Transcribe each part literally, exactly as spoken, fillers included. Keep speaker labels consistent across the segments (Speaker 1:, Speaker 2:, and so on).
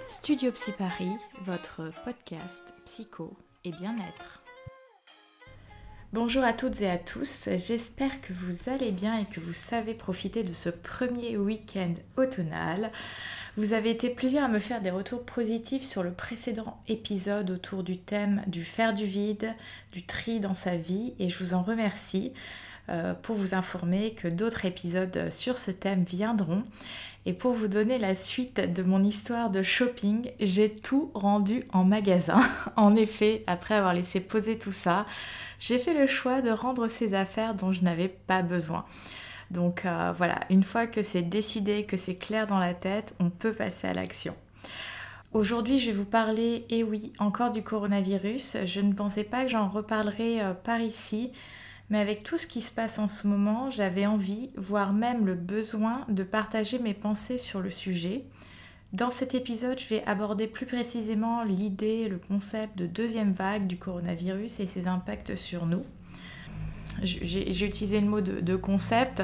Speaker 1: Studio Psy Paris, votre podcast psycho et bien-être. Bonjour à toutes et à tous, j'espère que vous allez bien et que vous savez profiter de ce premier week-end automnal. Vous avez été plusieurs à me faire des retours positifs sur le précédent épisode autour du thème du faire du vide, du tri dans sa vie, et je vous en remercie euh, pour vous informer que d'autres épisodes sur ce thème viendront. Et pour vous donner la suite de mon histoire de shopping, j'ai tout rendu en magasin. En effet, après avoir laissé poser tout ça, j'ai fait le choix de rendre ces affaires dont je n'avais pas besoin. Donc euh, voilà, une fois que c'est décidé, que c'est clair dans la tête, on peut passer à l'action. Aujourd'hui, je vais vous parler, et oui, encore du coronavirus. Je ne pensais pas que j'en reparlerais euh, par ici, mais avec tout ce qui se passe en ce moment, j'avais envie, voire même le besoin, de partager mes pensées sur le sujet. Dans cet épisode, je vais aborder plus précisément l'idée, le concept de deuxième vague du coronavirus et ses impacts sur nous. J'ai, j'ai utilisé le mot de, de concept.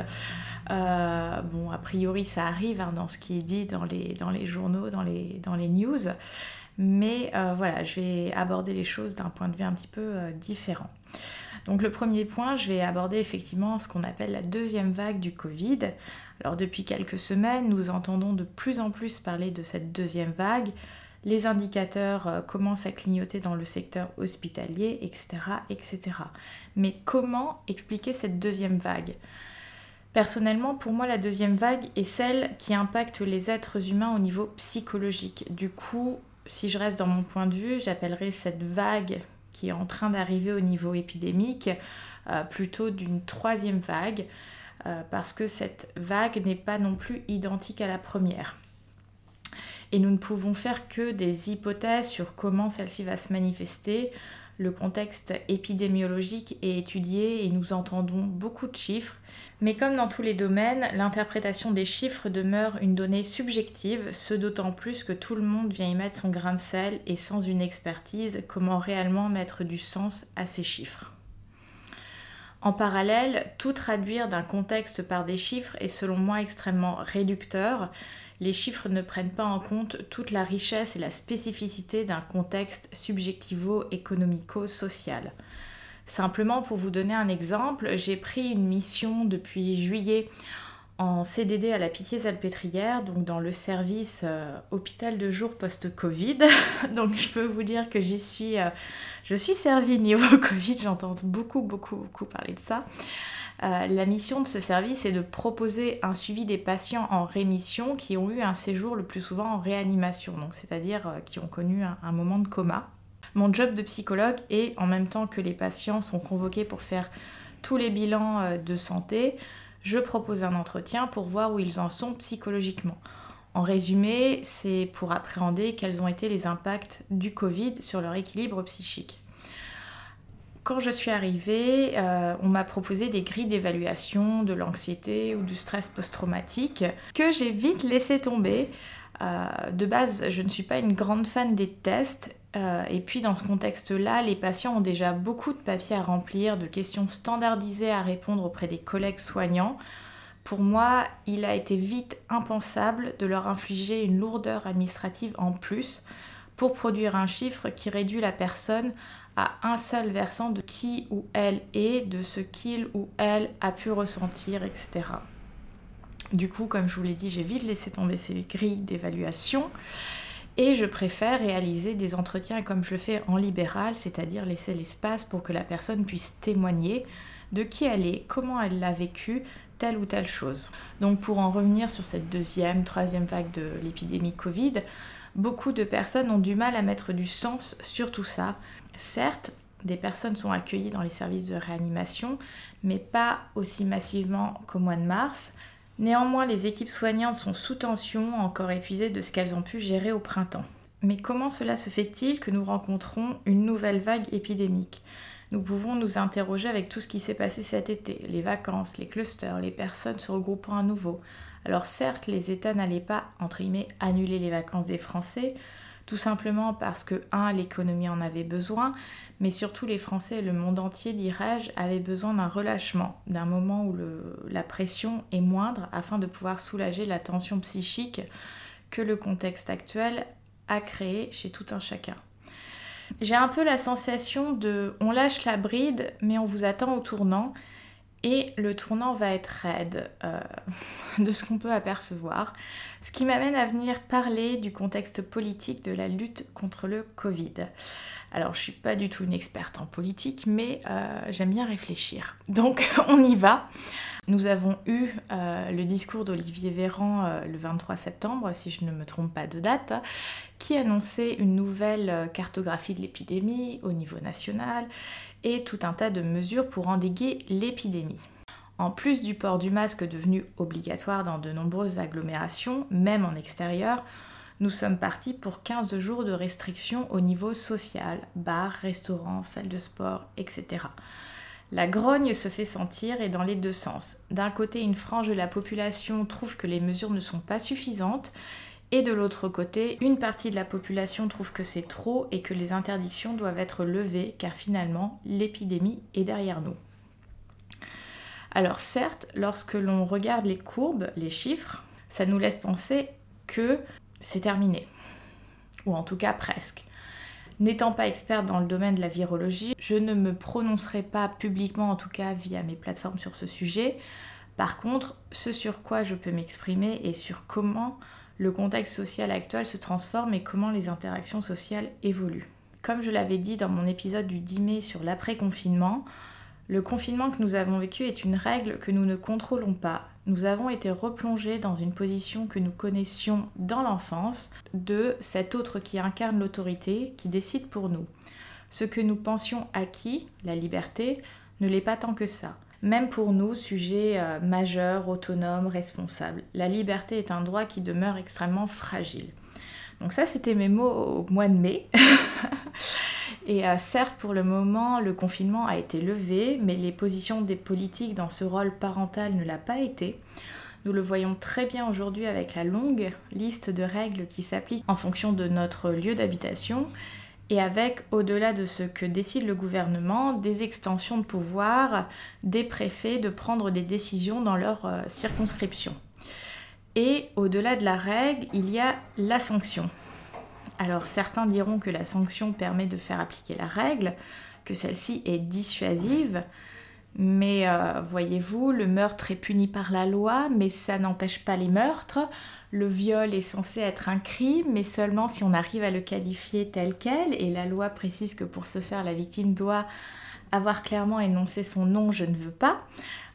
Speaker 1: Euh, bon, a priori, ça arrive hein, dans ce qui est dit dans les, dans les journaux, dans les, dans les news. Mais euh, voilà, je vais aborder les choses d'un point de vue un petit peu euh, différent. Donc le premier point, je vais aborder effectivement ce qu'on appelle la deuxième vague du Covid. Alors depuis quelques semaines, nous entendons de plus en plus parler de cette deuxième vague. Les indicateurs euh, commencent à clignoter dans le secteur hospitalier, et cetera, et cetera. Mais comment expliquer cette deuxième vague ? Personnellement, pour moi, la deuxième vague est celle qui impacte les êtres humains au niveau psychologique. Du coup, si je reste dans mon point de vue, j'appellerais cette vague qui est en train d'arriver au niveau épidémique, euh, plutôt d'une troisième vague, euh, parce que cette vague n'est pas non plus identique à la première. Et nous ne pouvons faire que des hypothèses sur comment celle-ci va se manifester. Le contexte épidémiologique est étudié et nous entendons beaucoup de chiffres. Mais comme dans tous les domaines, l'interprétation des chiffres demeure une donnée subjective, ce d'autant plus que tout le monde vient y mettre son grain de sel et sans une expertise, comment réellement mettre du sens à ces chiffres. En parallèle, tout traduire d'un contexte par des chiffres est selon moi extrêmement réducteur. Les chiffres ne prennent pas en compte toute la richesse et la spécificité d'un contexte subjectivo-économico-social. Simplement pour vous donner un exemple, j'ai pris une mission depuis juillet en C D D à la Pitié-Salpêtrière, donc dans le service euh, hôpital de jour post-Covid. Donc je peux vous dire que j'y suis, euh, je suis servie niveau Covid, j'entends beaucoup, beaucoup, beaucoup parler de ça. Euh, la mission de ce service est de proposer un suivi des patients en rémission qui ont eu un séjour le plus souvent en réanimation, donc c'est-à-dire euh, qui ont connu un, un moment de coma. Mon job de psychologue est, en même temps que les patients sont convoqués pour faire tous les bilans euh, de santé, je propose un entretien pour voir où ils en sont psychologiquement. En résumé, c'est pour appréhender quels ont été les impacts du Covid sur leur équilibre psychique. Quand je suis arrivée, euh, on m'a proposé des grilles d'évaluation de l'anxiété ou du stress post-traumatique que j'ai vite laissé tomber. Euh, de base, je ne suis pas une grande fan des tests. Euh, et puis dans ce contexte-là, les patients ont déjà beaucoup de papiers à remplir, de questions standardisées à répondre auprès des collègues soignants. Pour moi, il a été vite impensable de leur infliger une lourdeur administrative en plus pour produire un chiffre qui réduit la personne à un seul versant de qui ou elle est, de ce qu'il ou elle a pu ressentir, et cetera. Du coup, comme je vous l'ai dit, j'ai vite laissé tomber ces grilles d'évaluation et je préfère réaliser des entretiens comme je le fais en libéral, c'est-à-dire laisser l'espace pour que la personne puisse témoigner de qui elle est, comment elle l'a vécu, telle ou telle chose. Donc pour en revenir sur cette deuxième, troisième vague de l'épidémie Covid, beaucoup de personnes ont du mal à mettre du sens sur tout ça. Certes, des personnes sont accueillies dans les services de réanimation, mais pas aussi massivement qu'au mois de mars. Néanmoins, les équipes soignantes sont sous tension, encore épuisées de ce qu'elles ont pu gérer au printemps. Mais comment cela se fait-il que nous rencontrons une nouvelle vague épidémique ? Nous pouvons nous interroger avec tout ce qui s'est passé cet été, les vacances, les clusters, les personnes se regroupant à nouveau. Alors certes, les États n'allaient pas, entre guillemets, annuler les vacances des Français, tout simplement parce que, un, l'économie en avait besoin, mais surtout les Français et le monde entier, dirais-je, avaient besoin d'un relâchement, d'un moment où le, la pression est moindre afin de pouvoir soulager la tension psychique que le contexte actuel à créer chez tout un chacun. J'ai un peu la sensation de on lâche la bride mais on vous attend au tournant et le tournant va être raide euh, de ce qu'on peut apercevoir. Ce qui m'amène à venir parler du contexte politique de la lutte contre le Covid. Alors je suis pas du tout une experte en politique mais euh, j'aime bien réfléchir. Donc on y va. Nous avons eu euh, le discours d'Olivier Véran euh, le vingt-trois septembre, si je ne me trompe pas de date, qui annonçait une nouvelle cartographie de l'épidémie au niveau national et tout un tas de mesures pour endiguer l'épidémie. En plus du port du masque devenu obligatoire dans de nombreuses agglomérations, même en extérieur, nous sommes partis pour quinze jours de restrictions au niveau social, bars, restaurants, salles de sport, et cetera. La grogne se fait sentir et dans les deux sens. D'un côté, une frange de la population trouve que les mesures ne sont pas suffisantes et de l'autre côté, une partie de la population trouve que c'est trop et que les interdictions doivent être levées car finalement, l'épidémie est derrière nous. Alors certes, lorsque l'on regarde les courbes, les chiffres, ça nous laisse penser que c'est terminé. Ou en tout cas presque. N'étant pas experte dans le domaine de la virologie, je ne me prononcerai pas publiquement, en tout cas via mes plateformes sur ce sujet. Par contre, ce sur quoi je peux m'exprimer est sur comment le contexte social actuel se transforme et comment les interactions sociales évoluent. Comme je l'avais dit dans mon épisode du dix mai sur l'après-confinement, le confinement que nous avons vécu est une règle que nous ne contrôlons pas. Nous avons été replongés dans une position que nous connaissions dans l'enfance de cet autre qui incarne l'autorité, qui décide pour nous. Ce que nous pensions acquis, la liberté, ne l'est pas tant que ça. Même pour nous, sujets euh, majeurs, autonomes, responsables, la liberté est un droit qui demeure extrêmement fragile. Donc ça, c'était mes mots au mois de mai. Et euh, certes, pour le moment, le confinement a été levé, mais les positions des politiques dans ce rôle parental ne l'a pas été. Nous le voyons très bien aujourd'hui avec la longue liste de règles qui s'appliquent en fonction de notre lieu d'habitation et avec, au-delà de ce que décide le gouvernement, des extensions de pouvoir des préfets de prendre des décisions dans leur euh, circonscription. Et au-delà de la règle, il y a la sanction. Alors certains diront que la sanction permet de faire appliquer la règle, que celle-ci est dissuasive, mais euh, voyez-vous, le meurtre est puni par la loi, mais ça n'empêche pas les meurtres. Le viol est censé être un crime, mais seulement si on arrive à le qualifier tel quel, et la loi précise que pour ce faire, la victime doit avoir clairement énoncé son nom « je ne veux pas euh... ».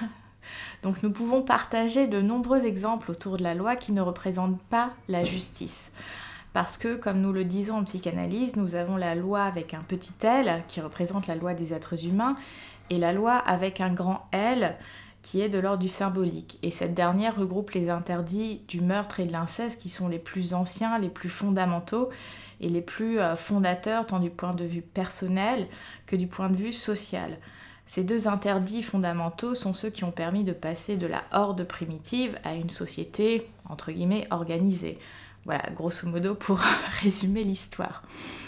Speaker 1: Donc nous pouvons partager de nombreux exemples autour de la loi qui ne représentent pas la justice. Parce que, comme nous le disons en psychanalyse, nous avons la loi avec un petit L, qui représente la loi des êtres humains, et la loi avec un grand L, qui est de l'ordre du symbolique. Et cette dernière regroupe les interdits du meurtre et de l'inceste, qui sont les plus anciens, les plus fondamentaux, et les plus fondateurs, tant du point de vue personnel que du point de vue social. Ces deux interdits fondamentaux sont ceux qui ont permis de passer de la horde primitive à une société, entre guillemets, organisée. Voilà, grosso modo, pour résumer l'histoire.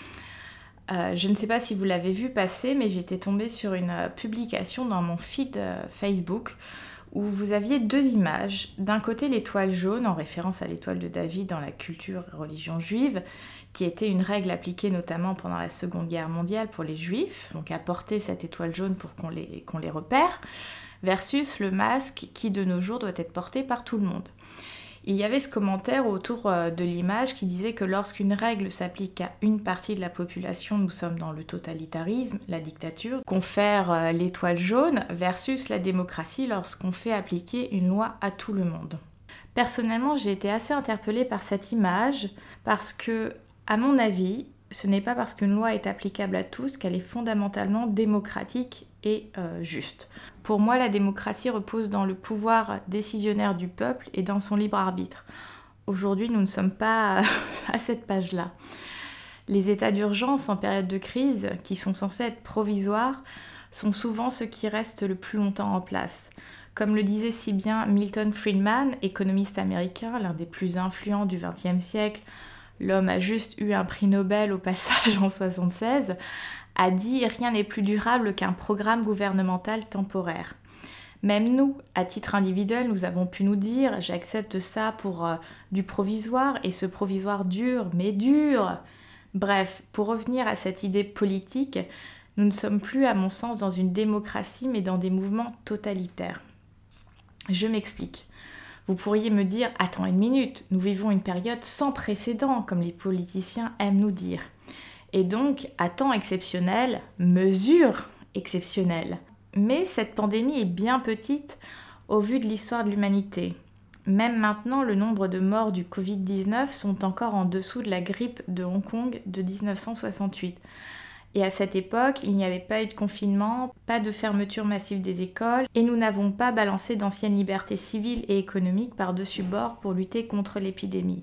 Speaker 1: Euh, je ne sais pas si vous l'avez vu passer, mais j'étais tombée sur une publication dans mon feed euh, Facebook où vous aviez deux images. D'un côté, l'étoile jaune, en référence à l'étoile de David dans la culture et religion juive, qui était une règle appliquée notamment pendant la Seconde Guerre mondiale pour les Juifs, donc à porter cette étoile jaune pour qu'on les, qu'on les repère, versus le masque qui, de nos jours, doit être porté par tout le monde. Il y avait ce commentaire autour de l'image qui disait que lorsqu'une règle s'applique à une partie de la population, nous sommes dans le totalitarisme, la dictature, qu'on fait l'étoile jaune versus la démocratie lorsqu'on fait appliquer une loi à tout le monde. Personnellement, j'ai été assez interpellée par cette image parce que, à mon avis, ce n'est pas parce qu'une loi est applicable à tous qu'elle est fondamentalement démocratique et euh, juste. Pour moi, la démocratie repose dans le pouvoir décisionnaire du peuple et dans son libre arbitre. Aujourd'hui, nous ne sommes pas à cette page-là. Les états d'urgence en période de crise, qui sont censés être provisoires, sont souvent ceux qui restent le plus longtemps en place. Comme le disait si bien Milton Friedman, économiste américain, l'un des plus influents du vingtième siècle, l'homme a juste eu un prix Nobel au passage en soixante-seize, a dit « Rien n'est plus durable qu'un programme gouvernemental temporaire ». Même nous, à titre individuel, nous avons pu nous dire « j'accepte ça pour euh, du provisoire et ce provisoire dure, mais dure ». Bref, pour revenir à cette idée politique, nous ne sommes plus, à mon sens, dans une démocratie, mais dans des mouvements totalitaires. Je m'explique. Vous pourriez me dire « attends une minute, nous vivons une période sans précédent », comme les politiciens aiment nous dire. Et donc, à temps exceptionnel, mesure exceptionnelle. Mais cette pandémie est bien petite au vu de l'histoire de l'humanité. Même maintenant, le nombre de morts du covid dix-neuf sont encore en dessous de la grippe de Hong Kong de dix-neuf cent soixante-huit. Et à cette époque, il n'y avait pas eu de confinement, pas de fermeture massive des écoles, et nous n'avons pas balancé d'anciennes libertés civiles et économiques par-dessus bord pour lutter contre l'épidémie.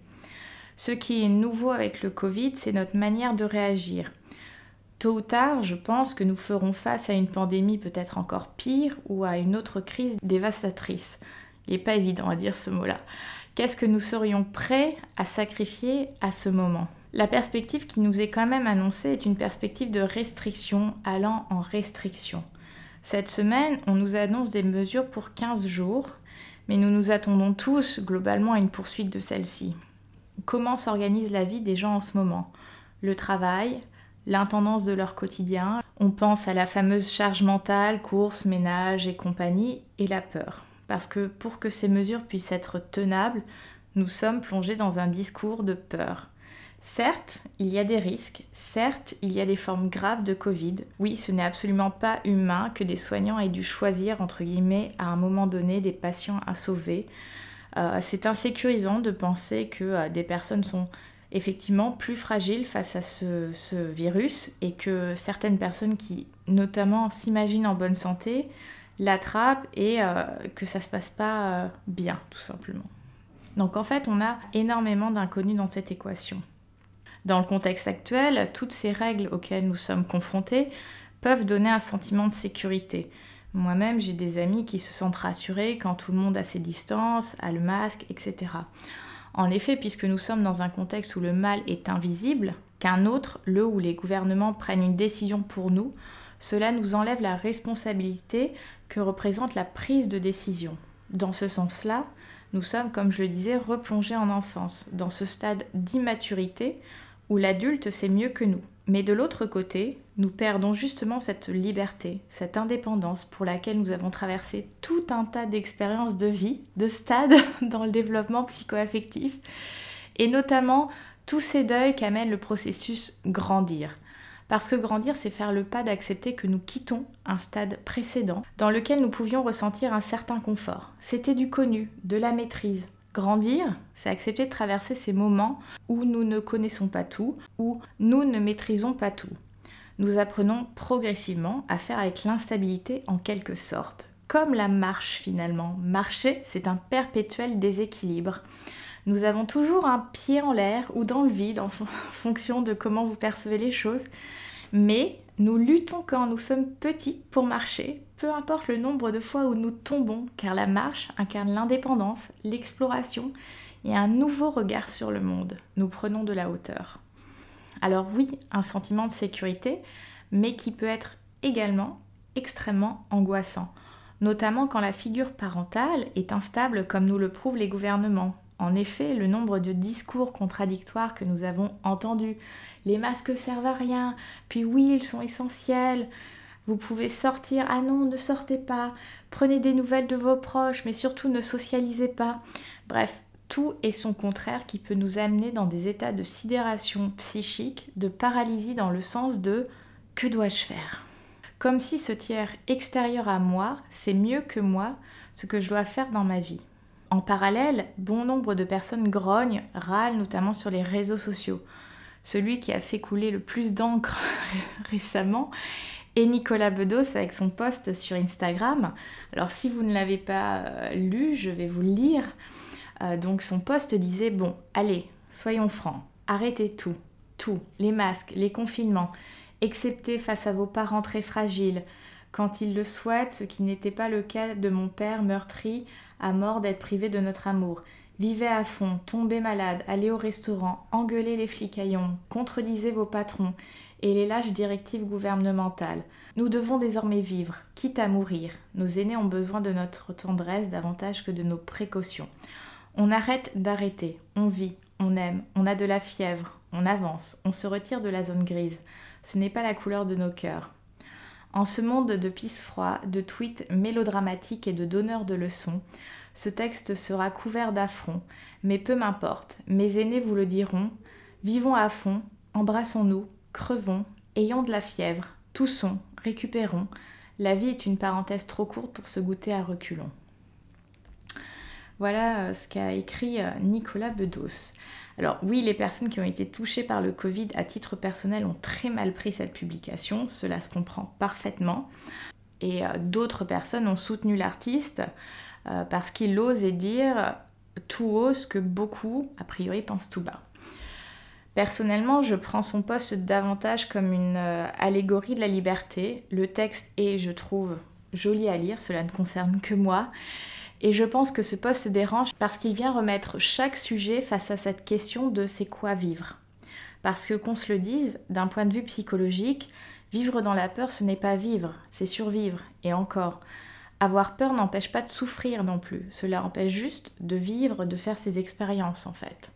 Speaker 1: Ce qui est nouveau avec le Covid, c'est notre manière de réagir. Tôt ou tard, je pense que nous ferons face à une pandémie peut-être encore pire ou à une autre crise dévastatrice. Il n'est pas évident à dire ce mot-là. Qu'est-ce que nous serions prêts à sacrifier à ce moment ? La perspective qui nous est quand même annoncée est une perspective de restriction allant en restriction. Cette semaine, on nous annonce des mesures pour quinze jours, mais nous nous attendons tous globalement à une poursuite de celle-ci. Comment s'organise la vie des gens en ce moment ? Le travail, l'intendance de leur quotidien, on pense à la fameuse charge mentale, courses, ménage et compagnie, et la peur. Parce que pour que ces mesures puissent être tenables, nous sommes plongés dans un discours de peur. Certes, il y a des risques, certes, il y a des formes graves de Covid. Oui, ce n'est absolument pas humain que des soignants aient dû choisir, entre guillemets, à un moment donné, des patients à sauver. Euh, c'est insécurisant de penser que euh, des personnes sont effectivement plus fragiles face à ce, ce virus et que certaines personnes qui, notamment, s'imaginent en bonne santé, l'attrapent et euh, que ça se passe pas euh, bien, tout simplement. Donc en fait, on a énormément d'inconnus dans cette équation. Dans le contexte actuel, toutes ces règles auxquelles nous sommes confrontés peuvent donner un sentiment de sécurité. Moi-même, j'ai des amis qui se sentent rassurés quand tout le monde a ses distances, a le masque, et cetera. En effet, puisque nous sommes dans un contexte où le mal est invisible, qu'un autre, le ou les gouvernements prennent une décision pour nous, cela nous enlève la responsabilité que représente la prise de décision. Dans ce sens-là, nous sommes, comme je le disais, replongés en enfance, dans ce stade d'immaturité où l'adulte sait mieux que nous. Mais de l'autre côté, nous perdons justement cette liberté, cette indépendance pour laquelle nous avons traversé tout un tas d'expériences de vie, de stades dans le développement psycho-affectif, et notamment tous ces deuils qu'amène le processus grandir. Parce que grandir, c'est faire le pas d'accepter que nous quittons un stade précédent dans lequel nous pouvions ressentir un certain confort. C'était du connu, de la maîtrise. Grandir, c'est accepter de traverser ces moments où nous ne connaissons pas tout, où nous ne maîtrisons pas tout. Nous apprenons progressivement à faire avec l'instabilité en quelque sorte. Comme la marche finalement. Marcher, c'est un perpétuel déséquilibre. Nous avons toujours un pied en l'air ou dans le vide en fonction de comment vous percevez les choses. Mais nous luttons quand nous sommes petits pour marcher, peu importe le nombre de fois où nous tombons, car la marche incarne l'indépendance, l'exploration et un nouveau regard sur le monde. Nous prenons de la hauteur. Alors oui, un sentiment de sécurité, mais qui peut être également extrêmement angoissant, notamment quand la figure parentale est instable comme nous le prouvent les gouvernements. En effet, le nombre de discours contradictoires que nous avons entendus, les masques servent à rien, puis oui, ils sont essentiels, vous pouvez sortir, ah non, ne sortez pas, prenez des nouvelles de vos proches, mais surtout ne socialisez pas. Bref, tout et son contraire qui peut nous amener dans des états de sidération psychique, de paralysie dans le sens de « que dois-je faire ?» Comme si ce tiers extérieur à moi, c'est mieux que moi ce que je dois faire dans ma vie. En parallèle, bon nombre de personnes grognent, râlent notamment sur les réseaux sociaux. Celui qui a fait couler le plus d'encre récemment est Nicolas Bedos avec son post sur Instagram. Alors si vous ne l'avez pas euh, lu, je vais vous le lire. Euh, donc son post disait « Bon, allez, soyons francs, arrêtez tout, tout, les masques, les confinements, excepté face à vos parents très fragiles, quand ils le souhaitent, ce qui n'était pas le cas de mon père meurtri à mort d'être privé de notre amour. Vivez à fond, tombez malade, allez au restaurant, engueulez les flicaillons, contredisez vos patrons, et les lâches directives gouvernementales. Nous devons désormais vivre, quitte à mourir. Nos aînés ont besoin de notre tendresse davantage que de nos précautions. On arrête d'arrêter, on vit, on aime, on a de la fièvre, on avance, on se retire de la zone grise. Ce n'est pas la couleur de nos cœurs. En ce monde de pisse-froid, de tweets mélodramatiques et de donneurs de leçons, ce texte sera couvert d'affronts, mais peu m'importe, mes aînés vous le diront, vivons à fond, embrassons-nous, crevons, ayons de la fièvre, toussons, récupérons, la vie est une parenthèse trop courte pour se goûter à reculons. Voilà ce qu'a écrit Nicolas Bedos. Alors oui, les personnes qui ont été touchées par le Covid à titre personnel ont très mal pris cette publication, cela se comprend parfaitement. Et euh, d'autres personnes ont soutenu l'artiste euh, parce qu'il osait dire tout haut ce que beaucoup, a priori, pensent tout bas. Personnellement, je prends son poste davantage comme une euh, allégorie de la liberté. Le texte est, je trouve, joli à lire, cela ne concerne que moi. Et je pense que ce poste dérange parce qu'il vient remettre chaque sujet face à cette question de c'est quoi vivre. Parce que qu'on se le dise, d'un point de vue psychologique, vivre dans la peur, ce n'est pas vivre, c'est survivre. Et encore, avoir peur n'empêche pas de souffrir non plus. Cela empêche juste de vivre, de faire ses expériences en fait.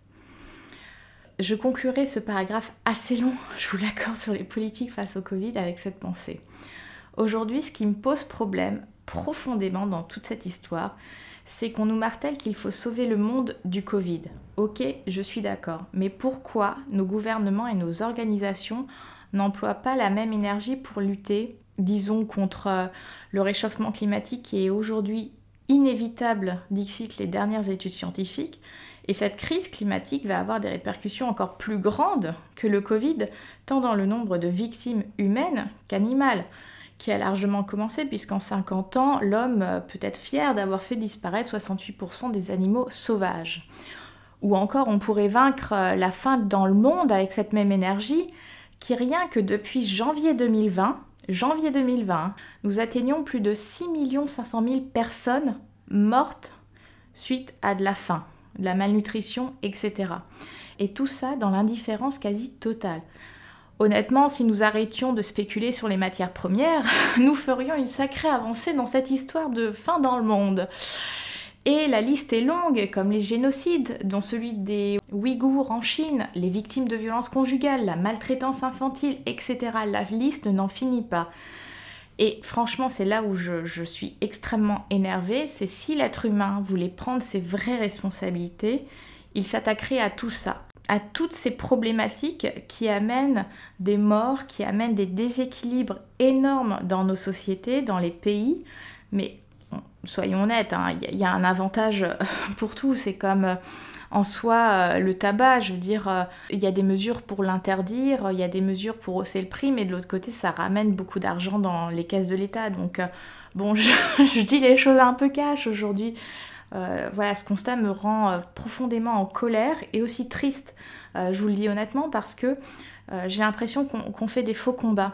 Speaker 1: Je conclurai ce paragraphe assez long, je vous l'accorde, sur les politiques face au Covid avec cette pensée. Aujourd'hui, ce qui me pose problème, profondément dans toute cette histoire, c'est qu'on nous martèle qu'il faut sauver le monde du Covid. Ok, je suis d'accord, mais pourquoi nos gouvernements et nos organisations n'emploient pas la même énergie pour lutter, disons, contre le réchauffement climatique qui est aujourd'hui inévitable, dixit les dernières études scientifiques, et cette crise climatique va avoir des répercussions encore plus grandes que le Covid, tant dans le nombre de victimes humaines qu'animales, qui a largement commencé puisqu'en cinquante ans, l'homme peut être fier d'avoir fait disparaître soixante-huit pour cent des animaux sauvages. Ou encore, on pourrait vaincre la faim dans le monde avec cette même énergie, qui rien que depuis janvier deux mille vingt, janvier deux mille vingt, nous atteignons plus de six millions cinq cent mille personnes mortes suite à de la faim, de la malnutrition, et cetera. Et tout ça dans l'indifférence quasi totale. Honnêtement, si nous arrêtions de spéculer sur les matières premières, nous ferions une sacrée avancée dans cette histoire de faim dans le monde. Et la liste est longue, comme les génocides, dont celui des Ouïghours en Chine, les victimes de violences conjugales, la maltraitance infantile, et cetera. La liste n'en finit pas. Et franchement, c'est là où je, je suis extrêmement énervée, c'est si l'être humain voulait prendre ses vraies responsabilités, il s'attaquerait à tout ça. À toutes ces problématiques qui amènent des morts, qui amènent des déséquilibres énormes dans nos sociétés, dans les pays. Mais bon, soyons honnêtes, il hein, y, y a un avantage pour tout. C'est comme en soi euh, le tabac, je veux dire, il euh, y a des mesures pour l'interdire, il y a des mesures pour hausser le prix, mais de l'autre côté, ça ramène beaucoup d'argent dans les caisses de l'État. Donc euh, bon, je, je dis les choses un peu cash aujourd'hui. Euh, voilà, ce constat me rend euh, profondément en colère et aussi triste, euh, je vous le dis honnêtement, parce que euh, j'ai l'impression qu'on, qu'on fait des faux combats.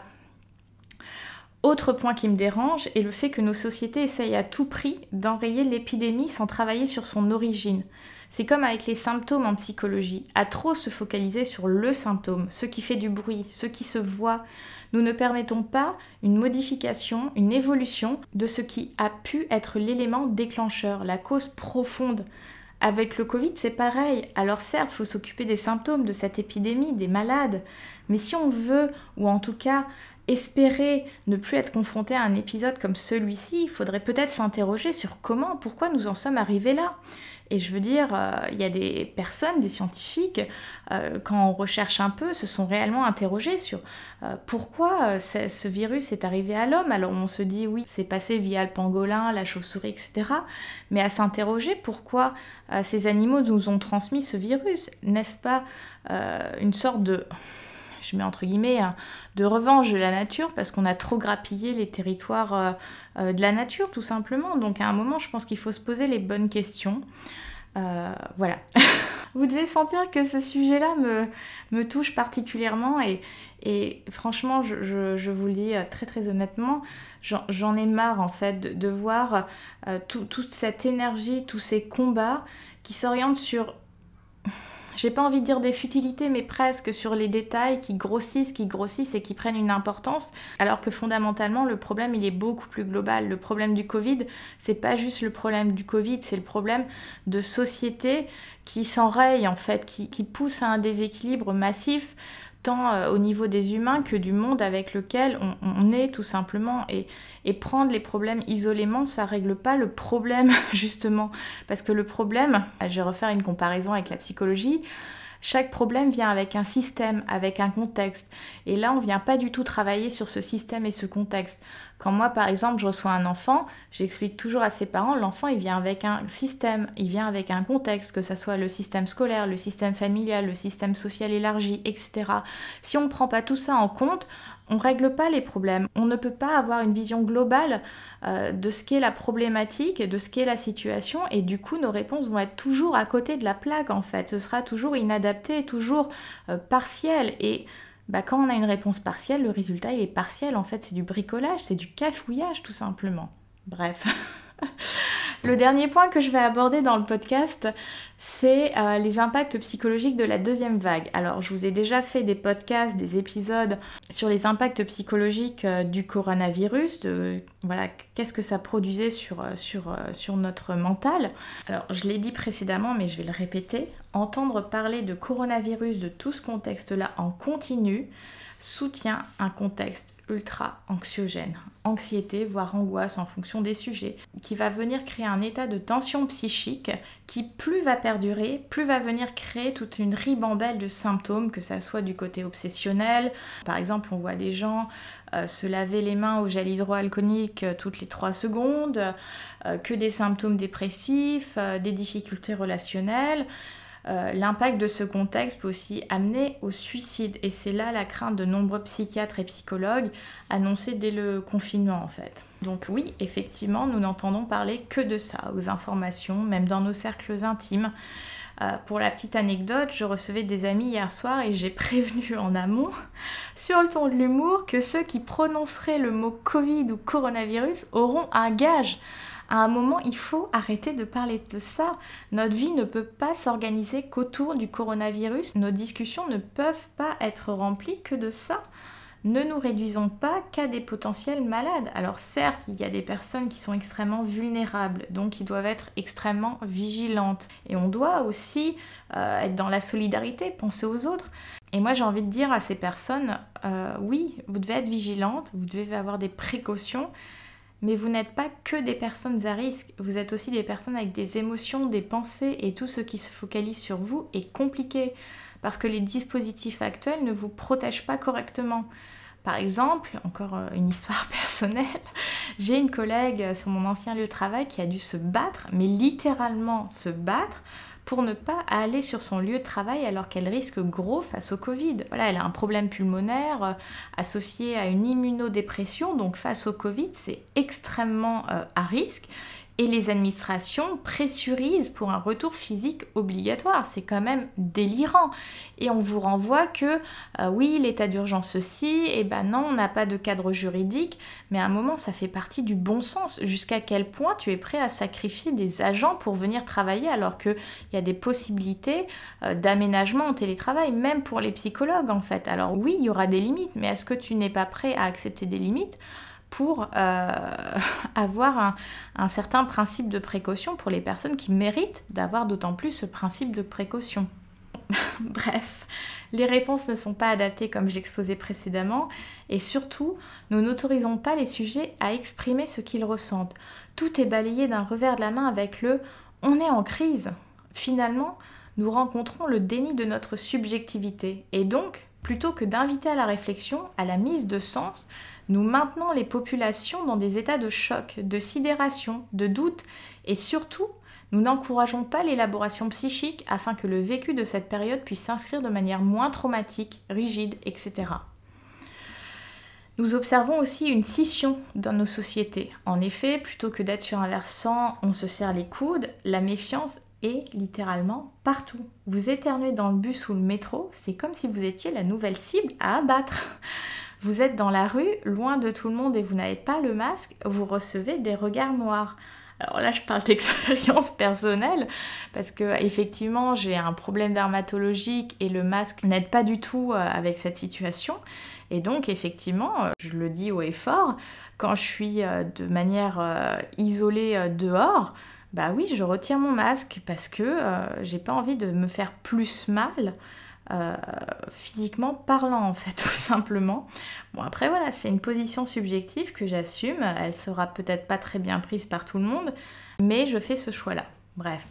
Speaker 1: Autre point qui me dérange est le fait que nos sociétés essayent à tout prix d'enrayer l'épidémie sans travailler sur son origine. C'est comme avec les symptômes en psychologie, à trop se focaliser sur le symptôme, ce qui fait du bruit, ce qui se voit. Nous ne permettons pas une modification, une évolution de ce qui a pu être l'élément déclencheur, la cause profonde. Avec le Covid, c'est pareil. Alors certes, il faut s'occuper des symptômes de cette épidémie, des malades, mais si on veut, ou en tout cas espérer ne plus être confronté à un épisode comme celui-ci, il faudrait peut-être s'interroger sur comment, pourquoi nous en sommes arrivés là. Et je veux dire, il euh, y a des personnes, des scientifiques, euh, quand on recherche un peu, se sont réellement interrogés sur euh, pourquoi euh, ce virus est arrivé à l'homme. Alors on se dit, oui, c'est passé via le pangolin, la chauve-souris, et cetera. Mais à s'interroger pourquoi euh, ces animaux nous ont transmis ce virus. N'est-ce pas euh, une sorte de... je mets entre guillemets, hein, de revanche de la nature parce qu'on a trop grappillé les territoires euh, euh, de la nature, tout simplement. Donc à un moment, je pense qu'il faut se poser les bonnes questions. Euh, voilà. Vous devez sentir que ce sujet-là me, me touche particulièrement et, et franchement, je, je, je vous le dis très très honnêtement, j'en, j'en ai marre en fait de, de voir euh, tout, toute cette énergie, tous ces combats qui s'orientent sur... j'ai pas envie de dire des futilités, mais presque sur les détails qui grossissent, qui grossissent et qui prennent une importance, alors que fondamentalement, le problème, il est beaucoup plus global. Le problème du Covid, c'est pas juste le problème du Covid, c'est le problème de société qui s'enraye, en fait, qui, qui pousse à un déséquilibre massif, tant euh, au niveau des humains que du monde avec lequel on, on est tout simplement. Et, et prendre les problèmes isolément, ça règle pas le problème justement. Parce que le problème, je vais refaire une comparaison avec la psychologie, chaque problème vient avec un système, avec un contexte. Et là, on vient pas du tout travailler sur ce système et ce contexte. Quand moi, par exemple, je reçois un enfant, j'explique toujours à ses parents, l'enfant, il vient avec un système, il vient avec un contexte, que ce soit le système scolaire, le système familial, le système social élargi, et cetera. Si on ne prend pas tout ça en compte, on ne règle pas les problèmes. On ne peut pas avoir une vision globale euh, de ce qu'est la problématique, de ce qu'est la situation, et du coup, nos réponses vont être toujours à côté de la plaque, en fait. Ce sera toujours inadapté, toujours euh, partiel. Et bah, quand on a une réponse partielle, le résultat, il est partiel. En fait, c'est du bricolage, c'est du cafouillage, tout simplement. Bref. Le dernier point que je vais aborder dans le podcast, c'est euh, les impacts psychologiques de la deuxième vague. Alors, je vous ai déjà fait des podcasts, des épisodes sur les impacts psychologiques euh, du coronavirus, de voilà, qu'est-ce que ça produisait sur, euh, sur, euh, sur notre mental. Alors, je l'ai dit précédemment, mais je vais le répéter. Entendre parler de coronavirus, de tout ce contexte-là en continu, soutient un contexte ultra anxiogène, anxiété, voire angoisse en fonction des sujets, qui va venir créer un état de tension psychique qui plus va perdurer, plus va venir créer toute une ribambelle de symptômes, que ça soit du côté obsessionnel. Par exemple, on voit des gens euh, se laver les mains au gel hydroalcoolique euh, toutes les trois secondes, euh, que des symptômes dépressifs, euh, des difficultés relationnelles. Euh, l'impact de ce contexte peut aussi amener au suicide, et c'est là la crainte de nombreux psychiatres et psychologues annoncée dès le confinement en fait. Donc oui, effectivement, nous n'entendons parler que de ça, aux informations, même dans nos cercles intimes. Euh, pour la petite anecdote, je recevais des amis hier soir et j'ai prévenu en amont, sur le ton de l'humour, que ceux qui prononceraient le mot Covid ou coronavirus auront un gage. À un moment, il faut arrêter de parler de ça. Notre vie ne peut pas s'organiser qu'autour du coronavirus. Nos discussions ne peuvent pas être remplies que de ça. Ne nous réduisons pas qu'à des potentiels malades. Alors certes, il y a des personnes qui sont extrêmement vulnérables, donc qui doivent être extrêmement vigilantes. Et on doit aussi euh, être dans la solidarité, penser aux autres. Et moi, j'ai envie de dire à ces personnes, euh, oui, vous devez être vigilantes, vous devez avoir des précautions, mais vous n'êtes pas que des personnes à risque, vous êtes aussi des personnes avec des émotions, des pensées, et tout ce qui se focalise sur vous est compliqué, parce que les dispositifs actuels ne vous protègent pas correctement. Par exemple, encore une histoire personnelle, j'ai une collègue sur mon ancien lieu de travail qui a dû se battre, mais littéralement se battre, pour ne pas aller sur son lieu de travail alors qu'elle risque gros face au Covid. Voilà, elle a un problème pulmonaire euh, associé à une immunodépression, donc face au Covid, c'est extrêmement euh, à risque. Et les administrations pressurisent pour un retour physique obligatoire. C'est quand même délirant. Et on vous renvoie que, euh, oui, l'état d'urgence ceci, et ben non, on n'a pas de cadre juridique, mais à un moment, ça fait partie du bon sens. Jusqu'à quel point tu es prêt à sacrifier des agents pour venir travailler alors qu'il y a des possibilités euh, d'aménagement au télétravail, même pour les psychologues en fait. Alors oui, il y aura des limites, mais est-ce que tu n'es pas prêt à accepter des limites pour euh, avoir un, un certain principe de précaution pour les personnes qui méritent d'avoir d'autant plus ce principe de précaution. Bref, les réponses ne sont pas adaptées comme j'exposais précédemment, et surtout, nous n'autorisons pas les sujets à exprimer ce qu'ils ressentent. Tout est balayé d'un revers de la main avec le « on est en crise ». Finalement, nous rencontrons le déni de notre subjectivité, et donc, plutôt que d'inviter à la réflexion, à la mise de sens, nous maintenons les populations dans des états de choc, de sidération, de doute, et surtout, nous n'encourageons pas l'élaboration psychique afin que le vécu de cette période puisse s'inscrire de manière moins traumatique, rigide, et cetera. Nous observons aussi une scission dans nos sociétés. En effet, plutôt que d'être sur un versant, on se serre les coudes, la méfiance est littéralement partout. Vous éternuez dans le bus ou le métro, c'est comme si vous étiez la nouvelle cible à abattre. Vous êtes dans la rue, loin de tout le monde et vous n'avez pas le masque, vous recevez des regards noirs. Alors là, je parle d'expérience personnelle parce que effectivement, j'ai un problème dermatologique et le masque n'aide pas du tout avec cette situation. Et donc, effectivement, je le dis haut et fort, quand je suis de manière isolée dehors, bah oui, je retire mon masque parce que euh, j'ai pas envie de me faire plus mal euh, physiquement parlant, en fait, tout simplement. Bon, après, voilà, c'est une position subjective que j'assume. Elle sera peut-être pas très bien prise par tout le monde, mais je fais ce choix-là. Bref.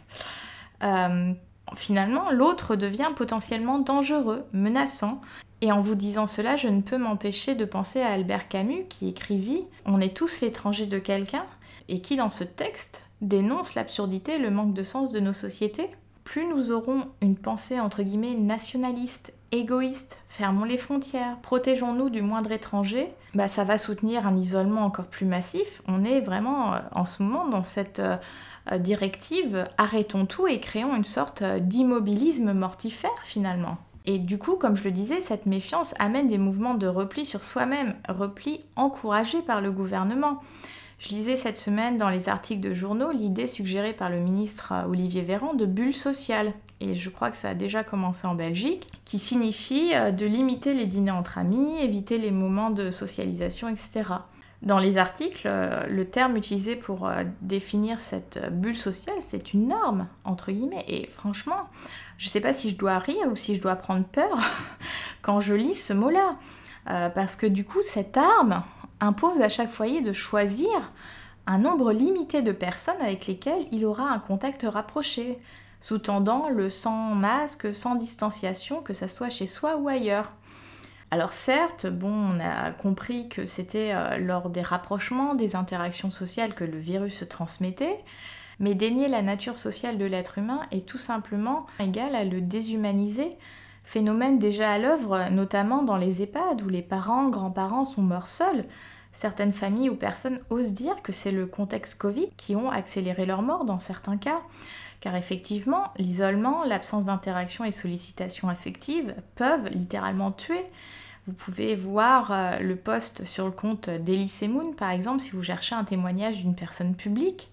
Speaker 1: Euh, finalement, l'autre devient potentiellement dangereux, menaçant. Et en vous disant cela, je ne peux m'empêcher de penser à Albert Camus qui écrivit « On est tous l'étranger de quelqu'un » et qui, dans ce texte, dénonce l'absurdité et le manque de sens de nos sociétés. Plus nous aurons une pensée entre guillemets nationaliste, égoïste, fermons les frontières, protégeons-nous du moindre étranger, bah ça va soutenir un isolement encore plus massif. On est vraiment euh, en ce moment dans cette euh, directive « Arrêtons tout et créons une sorte d'immobilisme mortifère finalement ». Et du coup, comme je le disais, cette méfiance amène des mouvements de repli sur soi-même, repli encouragés par le gouvernement. Je lisais cette semaine dans les articles de journaux l'idée suggérée par le ministre Olivier Véran de bulle sociale. Et je crois que ça a déjà commencé en Belgique, qui signifie de limiter les dîners entre amis, éviter les moments de socialisation, et cetera. Dans les articles, le terme utilisé pour définir cette bulle sociale, c'est une norme, entre guillemets. Et franchement, je ne sais pas si je dois rire ou si je dois prendre peur quand je lis ce mot-là. Euh, parce que du coup, cette arme impose à chaque foyer de choisir un nombre limité de personnes avec lesquelles il aura un contact rapproché, sous-tendant le sans masque, sans distanciation, que ça soit chez soi ou ailleurs. Alors certes, bon, on a compris que c'était euh, lors des rapprochements, des interactions sociales que le virus se transmettait, mais dénier la nature sociale de l'être humain est tout simplement égal à le déshumaniser, phénomène déjà à l'œuvre, notamment dans les EHPAD où les parents, grands-parents sont morts seuls. Certaines familles ou personnes osent dire que c'est le contexte Covid qui ont accéléré leur mort dans certains cas. Car effectivement, l'isolement, l'absence d'interaction et sollicitation affective peuvent littéralement tuer. Vous pouvez voir euh, le post sur le compte d'Elise Moon, par exemple, si vous cherchez un témoignage d'une personne publique.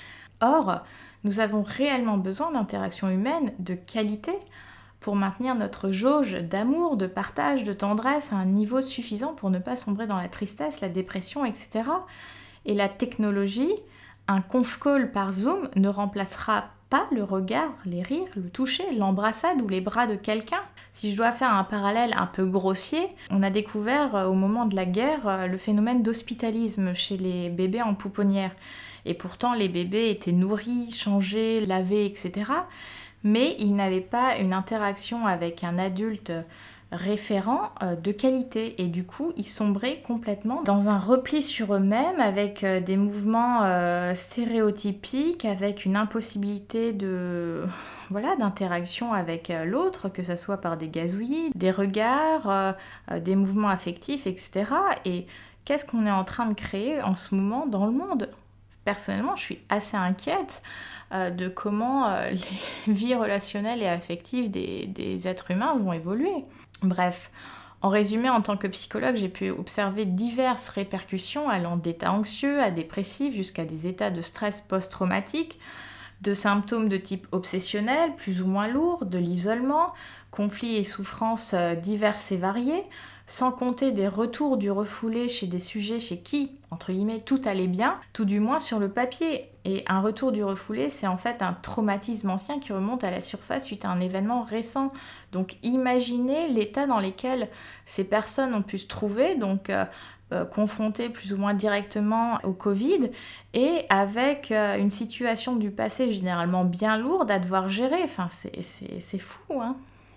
Speaker 1: Or, nous avons réellement besoin d'interactions humaines de qualité pour maintenir notre jauge d'amour, de partage, de tendresse à un niveau suffisant pour ne pas sombrer dans la tristesse, la dépression, et cetera. Et la technologie, un conf call par Zoom, ne remplacera pas le regard, les rires, le toucher, l'embrassade ou les bras de quelqu'un. Si je dois faire un parallèle un peu grossier, on a découvert au moment de la guerre le phénomène d'hospitalisme chez les bébés en pouponnière. Et pourtant, les bébés étaient nourris, changés, lavés, et cetera. Mais ils n'avaient pas une interaction avec un adulte référent de qualité. Et du coup, ils sombraient complètement dans un repli sur eux-mêmes avec des mouvements euh, stéréotypiques, avec une impossibilité de, voilà, d'interaction avec l'autre, que ce soit par des gazouillis, des regards, euh, des mouvements affectifs, et cetera. Et qu'est-ce qu'on est en train de créer en ce moment dans le monde ? Personnellement, je suis assez inquiète euh, de comment euh, les vies relationnelles et affectives des, des êtres humains vont évoluer. Bref, en résumé, en tant que psychologue, j'ai pu observer diverses répercussions allant d'états anxieux à dépressifs jusqu'à des états de stress post-traumatique, de symptômes de type obsessionnel, plus ou moins lourds, de l'isolement, conflits et souffrances euh, diverses et variées, sans compter des retours du refoulé chez des sujets chez qui, entre guillemets, tout allait bien, tout du moins sur le papier. Et un retour du refoulé, c'est en fait un traumatisme ancien qui remonte à la surface suite à un événement récent. Donc imaginez l'état dans lequel ces personnes ont pu se trouver, donc euh, euh, confrontées plus ou moins directement au Covid, et avec euh, une situation du passé généralement bien lourde à devoir gérer. Enfin, c'est, c'est, c'est fou, hein.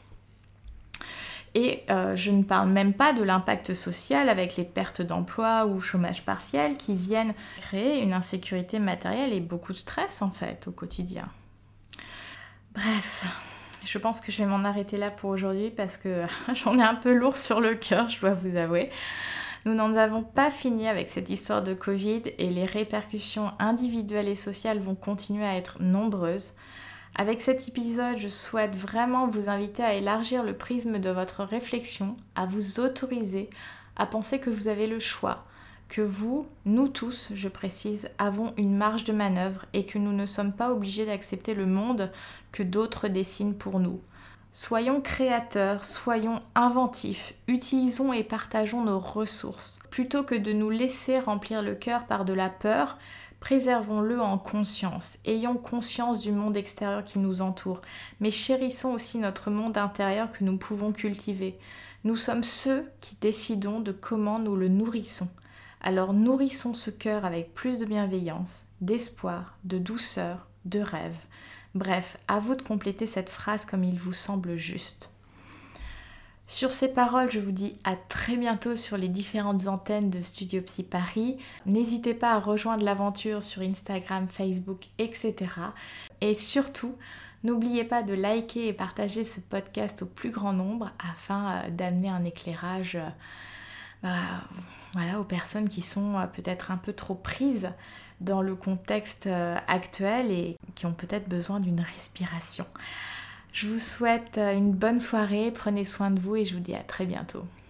Speaker 1: Et euh, je ne parle même pas de l'impact social avec les pertes d'emploi ou chômage partiel qui viennent créer une insécurité matérielle et beaucoup de stress en fait au quotidien. Bref, je pense que je vais m'en arrêter là pour aujourd'hui parce que j'en ai un peu lourd sur le cœur, je dois vous avouer. Nous n'en avons pas fini avec cette histoire de Covid et les répercussions individuelles et sociales vont continuer à être nombreuses. Avec cet épisode, je souhaite vraiment vous inviter à élargir le prisme de votre réflexion, à vous autoriser à penser que vous avez le choix, que vous, nous tous, je précise, avons une marge de manœuvre et que nous ne sommes pas obligés d'accepter le monde que d'autres dessinent pour nous. Soyons créateurs, soyons inventifs, utilisons et partageons nos ressources. Plutôt que de nous laisser remplir le cœur par de la peur, préservons-le en conscience. Ayons conscience du monde extérieur qui nous entoure, mais chérissons aussi notre monde intérieur que nous pouvons cultiver. Nous sommes ceux qui décidons de comment nous le nourrissons. Alors nourrissons ce cœur avec plus de bienveillance, d'espoir, de douceur, de rêve. Bref, à vous de compléter cette phrase comme il vous semble juste. Sur ces paroles, je vous dis à très bientôt sur les différentes antennes de Studio Psy Paris. N'hésitez pas à rejoindre l'aventure sur Instagram, Facebook, et cetera. Et surtout, n'oubliez pas de liker et partager ce podcast au plus grand nombre afin d'amener un éclairage bah, voilà, aux personnes qui sont peut-être un peu trop prises dans le contexte actuel et qui ont peut-être besoin d'une respiration. Je vous souhaite une bonne soirée, prenez soin de vous et je vous dis à très bientôt.